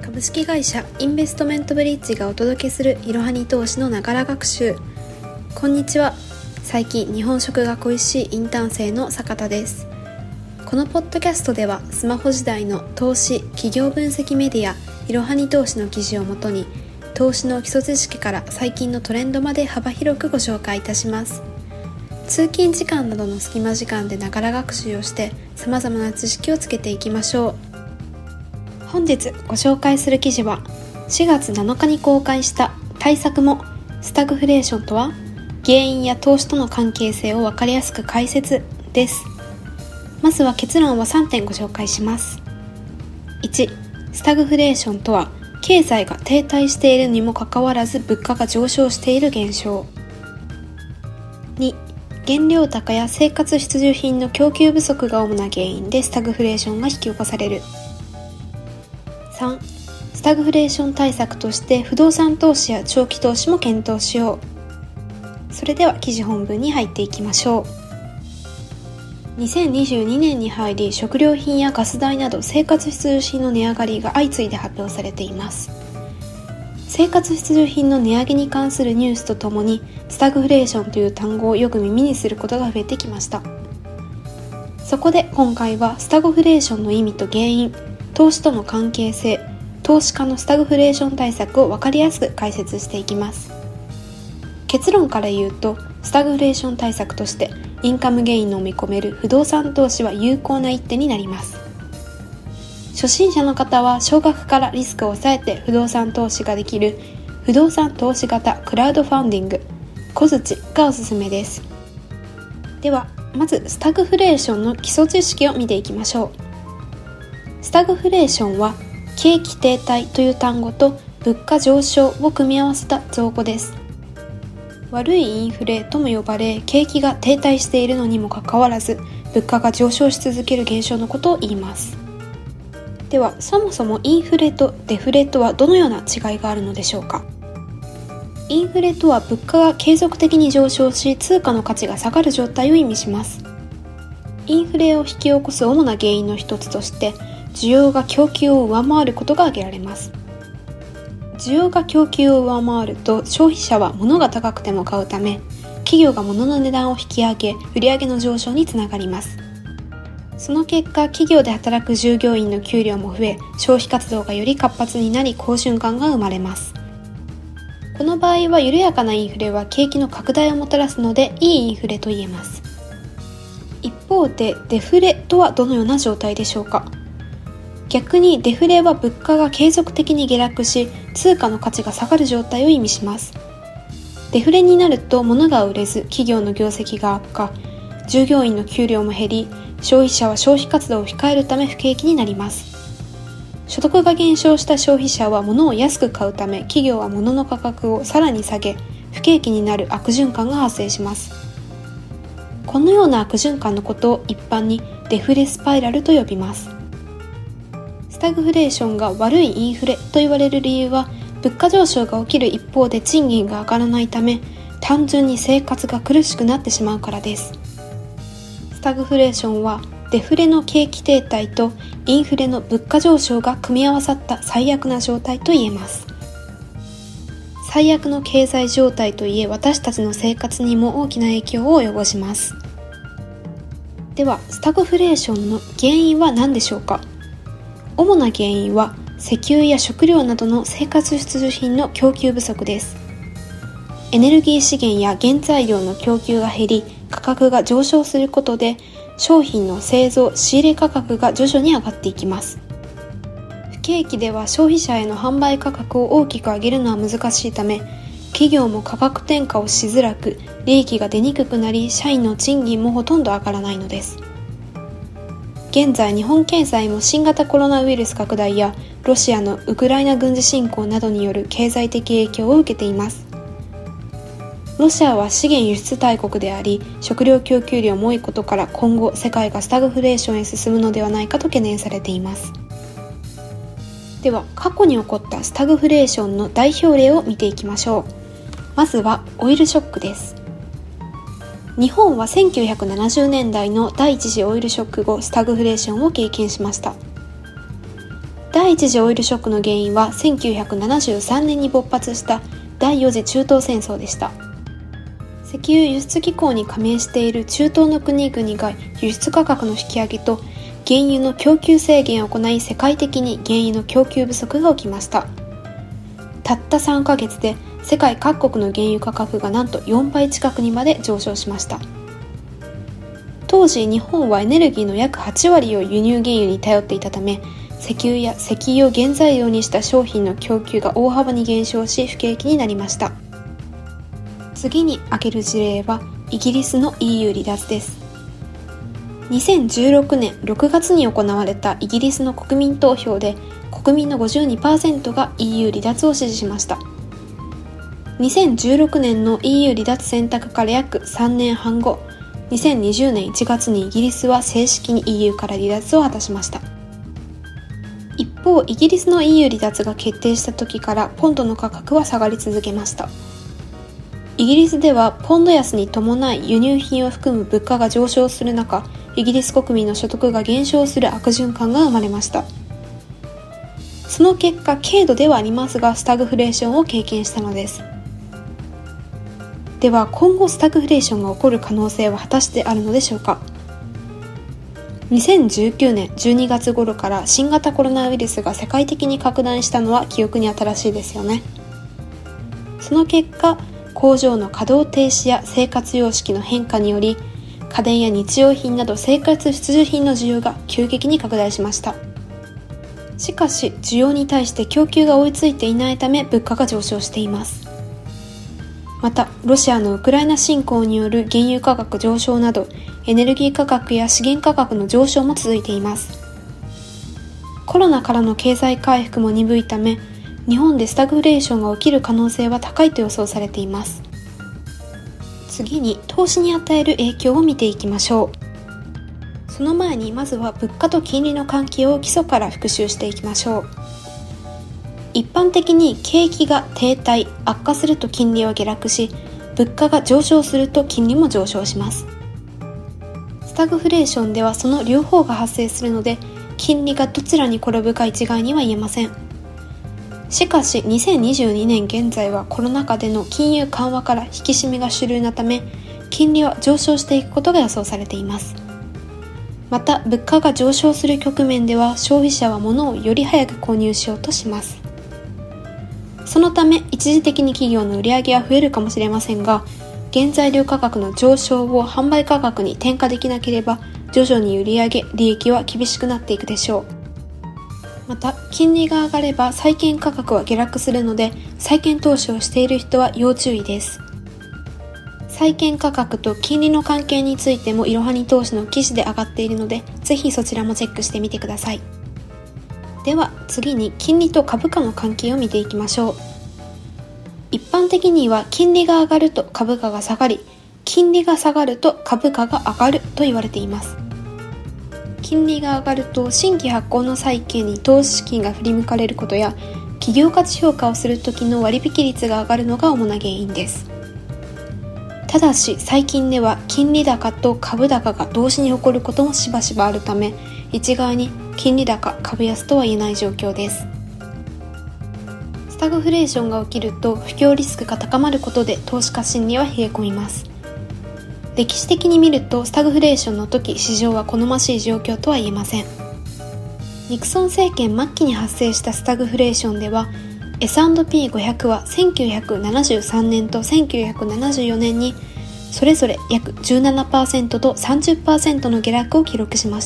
株式会社インベストメントブリッジがお届けするいろはに投資のながら学習。こんにちは。最近日本食が恋しいインターン生の坂田です。このポッドキャストではスマホ時代の投資企業分析メディアいろはに投資の記事をもとに投資の基礎知識から最近のトレンドまで幅広くご紹介いたします。通勤時間などの隙間時間でながら学習をして様々な知識をつけていきましょう。本日ご紹介する記事は4月7日に公開した対策もスタグフレーションとは、原因や投資との関係性を分かりやすく解説です。まずは結論は3点ご紹介します。1、スタグフレーションとは経済が停滞しているにもかかわらず物価が上昇している現象。2、原料高や生活必需品の供給不足が主な原因でスタグフレーションが引き起こされる。3、スタグフレーション対策として不動産投資や長期投資も検討しよう。それでは記事本文に入っていきましょう。2022年に入り食料品やガス代など生活必需品の値上がりが相次いで発表されています。生活必需品の値上げに関するニュースとともにスタグフレーションという単語をよく耳にすることが増えてきました。そこで今回はスタグフレーションの意味と原因、投資との関係性、投資家のスタグフレーション対策を分かりやすく解説していきます。結論から言うと、スタグフレーション対策としてインカムゲインを見込める不動産投資は有効な一手になります。初心者の方は少額からリスクを抑えて不動産投資ができる不動産投資型クラウドファンディング小槌がおすすめです。ではまずスタグフレーションの基礎知識を見ていきましょう。スタグフレーションは景気停滞という単語と物価上昇を組み合わせた造語です。悪いインフレとも呼ばれ、景気が停滞しているのにもかかわらず物価が上昇し続ける現象のことを言います。ではそもそもインフレとデフレとはどのような違いがあるのでしょうか。インフレとは物価が継続的に上昇し通貨の価値が下がる状態を意味します。インフレを引き起こす主な原因の一つとして需要が供給を上回ることが挙げられます。需要が供給を上回ると消費者は物が高くても買うため、企業が物の値段を引き上げ売上の上昇につながります。その結果、企業で働く従業員の給料も増え、消費活動がより活発になり好循環が生まれます。この場合は緩やかなインフレは景気の拡大をもたらすのでいいインフレと言えます。一方でデフレとはどのような状態でしょうか。逆にデフレは物価が継続的に下落し通貨の価値が下がる状態を意味します。デフレになると物が売れず企業の業績が悪化、従業員の給料も減り、消費者は消費活動を控えるため不景気になります。所得が減少した消費者は物を安く買うため企業は物の価格をさらに下げ不景気になる悪循環が発生します。このような悪循環のことを一般にデフレスパイラルと呼びます。スタグフレーションが悪いインフレと言われる理由は、物価上昇が起きる一方で賃金が上がらないため単純に生活が苦しくなってしまうからです。スタグフレーションはデフレの景気停滞とインフレの物価上昇が組み合わさった最悪な状態と言えます。最悪の経済状態といえ私たちの生活にも大きな影響を及ぼします。ではスタグフレーションの原因は何でしょうか。主な原因は石油や食料などの生活必需品の供給不足です。エネルギー資源や原材料の供給が減り価格が上昇することで商品の製造・仕入れ価格が徐々に上がっていきます。不景気では消費者への販売価格を大きく上げるのは難しいため、企業も価格転嫁をしづらく利益が出にくくなり社員の賃金もほとんど上がらないのです。現在日本経済も新型コロナウイルス拡大やロシアのウクライナ軍事侵攻などによる経済的影響を受けています。ロシアは資源輸出大国であり食料供給量も多いことから今後世界がスタグフレーションへ進むのではないかと懸念されています。では過去に起こったスタグフレーションの代表例を見ていきましょう。まずはオイルショックです。日本は1970年代の第一次オイルショック後スタグフレーションを経験しました。 第一次オイルショックの原因は1973年に勃発した第4次中東戦争でした。石油輸出機構に加盟している中東の国々が輸出価格の引き上げと原油の供給制限を行い、世界的に原油の供給不足が起きました。たった3ヶ月で世界各国の原油価格がなんと4倍近くにまで上昇しました。当時日本はエネルギーの約8割を輸入原油に頼っていたため、石油や石油を原材料にした商品の供給が大幅に減少し不景気になりました。次に挙げる事例はイギリスの EU 離脱です。2016年6月に行われたイギリスの国民投票で国民の 52% が EU 離脱を支持しました。2016年の EU 離脱選択から約3年半後、2020年1月にイギリスは正式に EU から離脱を果たしました。一方、イギリスの EU 離脱が決定した時からポンドの価格は下がり続けました。イギリスではポンド安に伴い輸入品を含む物価が上昇する中、イギリス国民の所得が減少する悪循環が生まれました。その結果、軽度ではありますがスタグフレーションを経験したのです。では今後スタグフレーションが起こる可能性は果たしてあるのでしょうか。2019年12月頃から新型コロナウイルスが世界的に拡大したのは記憶に新しいですよね。その結果、工場の稼働停止や生活様式の変化により、家電や日用品など生活必需品の需要が急激に拡大しました。しかし需要に対して供給が追いついていないため物価が上昇しています。またロシアのウクライナ侵攻による原油価格上昇などエネルギー価格や資源価格の上昇も続いています。コロナからの経済回復も鈍いため、日本でスタグフレーションが起きる可能性は高いと予想されています。次に投資に与える影響を見ていきましょう。その前にまずは物価と金利の関係を基礎から復習していきましょう。一般的に景気が停滞・悪化すると金利は下落し、物価が上昇すると金利も上昇します。スタグフレーションではその両方が発生するので、金利がどちらに転ぶか一概には言えません。しかし2022年現在はコロナ禍での金融緩和から引き締めが主流なため、金利は上昇していくことが予想されています。また物価が上昇する局面では消費者は物をより早く購入しようとします。そのため一時的に企業の売り上げは増えるかもしれませんが、原材料価格の上昇を販売価格に転嫁できなければ徐々に売り上げ・利益は厳しくなっていくでしょう。また金利が上がれば債券価格は下落するので、債券投資をしている人は要注意です。債券価格と金利の関係についてもいろはに投資の記事で上がっているので、ぜひそちらもチェックしてみてください。では次に金利と株価の関係を見ていきましょう。一般的には金利が上がると株価が下がり、金利が下がると株価が上がると言われています。金利が上がると新規発行の債券に投資資金が振り向かれることや、企業価値評価をする時の割引率が上がるのが主な原因です。ただし最近では金利高と株高が同時に起こることもしばしばあるため、一概に金利高株安とは言えない状況です。スタグフレーションが起きると不況リスクが高まることで投資家心理は冷え込みます。歴史的に見るとスタグフレーションの時、市場は好ましい状況とは言えません。ニクソン政権末期に発生したスタグフレーションでは S&P500 は1973年と1974年にそれぞれ約 17% と 30% の下落を記録しました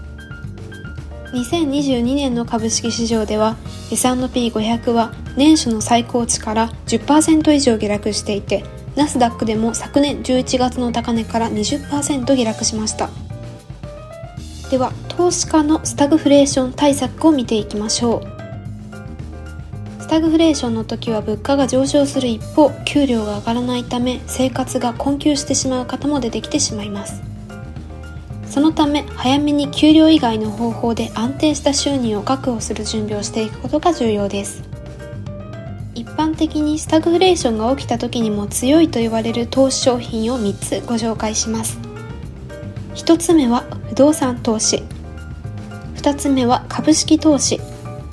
。2022年の株式市場では S&P500 は年初の最高値から 10% 以上下落していて、ナスダックでも昨年11月の高値から 20% 下落しました。では投資家のスタグフレーション対策を見ていきましょう。スタグフレーションの時は物価が上昇する一方、給料が上がらないため生活が困窮してしまう方も出てきてしまいます。そのため早めに給料以外の方法で安定した収入を確保する準備をしていくことが重要です。一般的にスタグフレーションが起きた時にも強いと言われる投資商品を3つご紹介します。1つ目は不動産投資、2つ目は株式投資、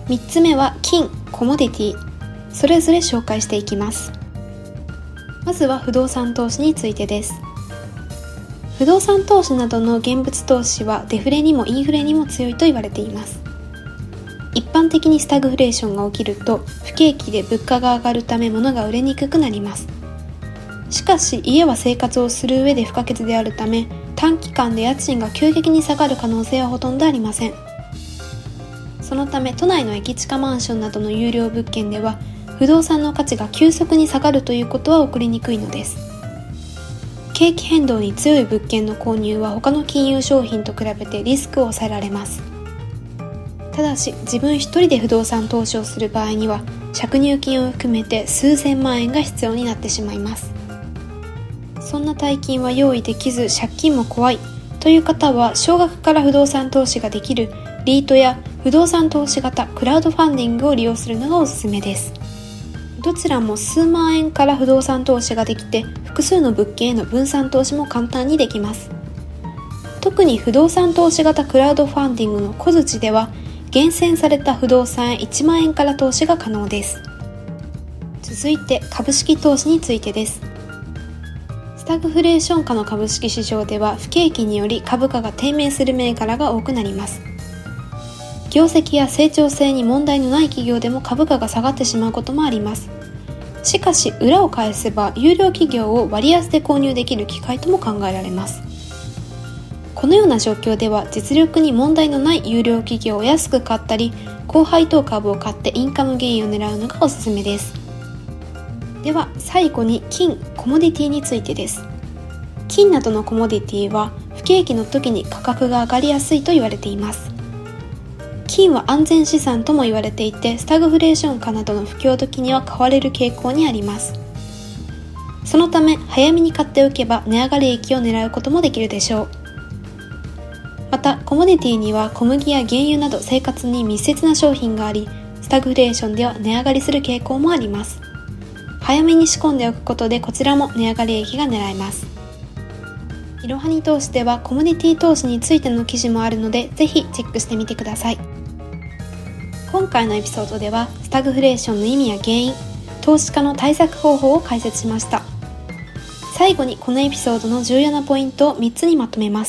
3つ目は金、コモディティ、それぞれ紹介していきます。まずは不動産投資についてです。不動産投資などの現物投資はデフレにもインフレにも強いと言われています。一般的にスタグフレーションが起きると不景気で物価が上がるため物が売れにくくなります。しかし家は生活をする上で不可欠であるため、短期間で家賃が急激に下がる可能性はほとんどありません。そのため都内の駅近マンションなどの有料物件では不動産の価値が急速に下がるということは起こりにくいのです。景気変動に強い物件の購入は他の金融商品と比べてリスクを抑えられます。ただし自分一人で不動産投資をする場合には借入金を含めて数千万円が必要になってしまいます。そんな大金は用意できず借金も怖いという方は、少額から不動産投資ができるリートや不動産投資型クラウドファンディングを利用するのがおすすめです。どちらも数万円から不動産投資ができて、複数の物件への分散投資も簡単にできます。特に不動産投資型クラウドファンディングの小槌では、厳選された不動産へ1万円から投資が可能です。続いて株式投資についてです。スタグフレーション下の株式市場では不景気により株価が低迷する銘柄が多くなります。業績や成長性に問題のない企業でも株価が下がってしまうこともあります。しかし裏を返せば優良企業を割安で購入できる機会とも考えられます。このような状況では実力に問題のない優良企業を安く買ったり、高配当株を買ってインカムゲインを狙うのがおすすめです。では最後に金、コモディティについてです。金などのコモディティは不景気の時に価格が上がりやすいと言われています。金は安全資産とも言われていて、スタグフレーション下などの不況時には買われる傾向にあります。そのため早めに買っておけば値上がり益を狙うこともできるでしょう。またコモディティには小麦や原油など生活に密接な商品があり、スタグフレーションでは値上がりする傾向もあります。早めに仕込んでおくことでこちらも値上がり益が狙えます。いろはに投資ではコモディティ投資についての記事もあるので、ぜひチェックしてみてください。今回のエピソードではスタグフレーションの意味や原因、投資家の対策方法を解説しました。最後にこのエピソードの重要なポイントを3つにまとめます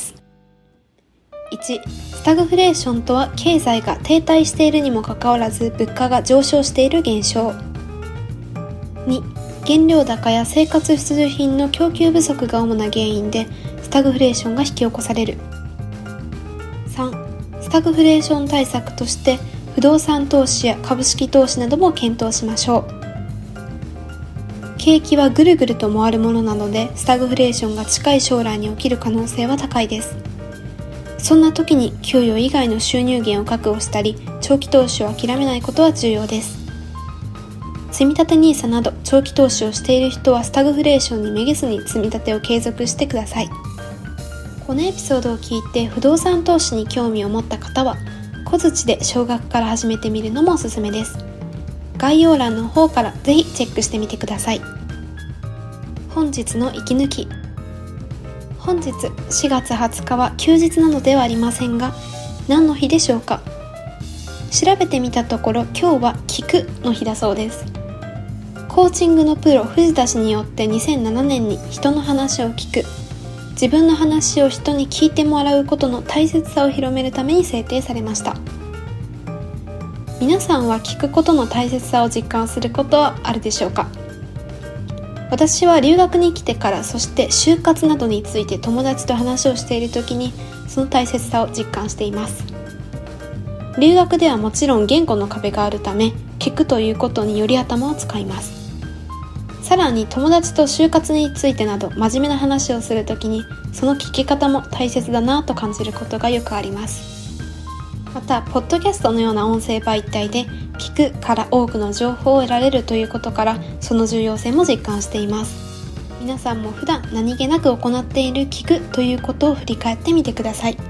。1、スタグフレーションとは経済が停滞しているにもかかわらず物価が上昇している現象。2、原料高や生活必需品の供給不足が主な原因でスタグフレーションが引き起こされる。3、スタグフレーション対策として不動産投資や株式投資なども検討しましょう。景気はぐるぐると回るものなので、スタグフレーションが近い将来に起きる可能性は高いです。そんな時に給与以外の収入源を確保したり、長期投資を諦めないことは重要です。積立 NISA など長期投資をしている人はスタグフレーションにめげずに積み立てを継続してください。このエピソードを聞いて不動産投資に興味を持った方は、小槌で少額から始めてみるのもおすすめです。概要欄の方からぜひチェックしてみてください。本日の息抜き。本日4月20日は休日なのではありませんが、何の日でしょうか。調べてみたところ、今日は聞くの日だそうです。コーチングのプロ藤田氏によって2007年に人の話を聞く、自分の話を人に聞いてもらうことの大切さを広めるために制定されました。皆さんは聞くことの大切さを実感することはあるでしょうか。私は留学に来てから、そして就活などについて友達と話をしている時にその大切さを実感しています。留学ではもちろん言語の壁があるため、聞くということにより頭を使います。さらに友達と就活についてなど真面目な話をするときに、その聞き方も大切だなと感じることがよくあります。またポッドキャストのような音声媒体で聞くから多くの情報を得られるということから、その重要性も実感しています。皆さんも普段何気なく行っている聞くということを振り返ってみてください。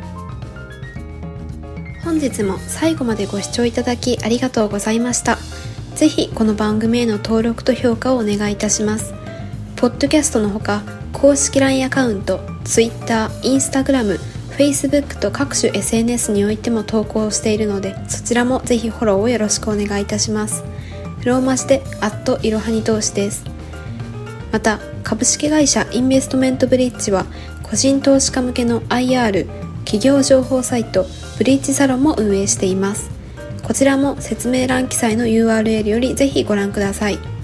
本日も最後までご視聴いただきありがとうございました。ぜひこの番組への登録と評価をお願いいたします。ポッドキャストのほか公式 LINE アカウント、Twitter、Instagram、 Facebook と各種 SNS においても投稿しているので、そちらもぜひフォローをよろしくお願いいたします。ローマ字でいろはに投資です。また、株式会社インベストメントブリッジは個人投資家向けの IR 企業情報サイトブリッジサロンも運営しています。こちらも説明欄記載の URL よりぜひご覧ください。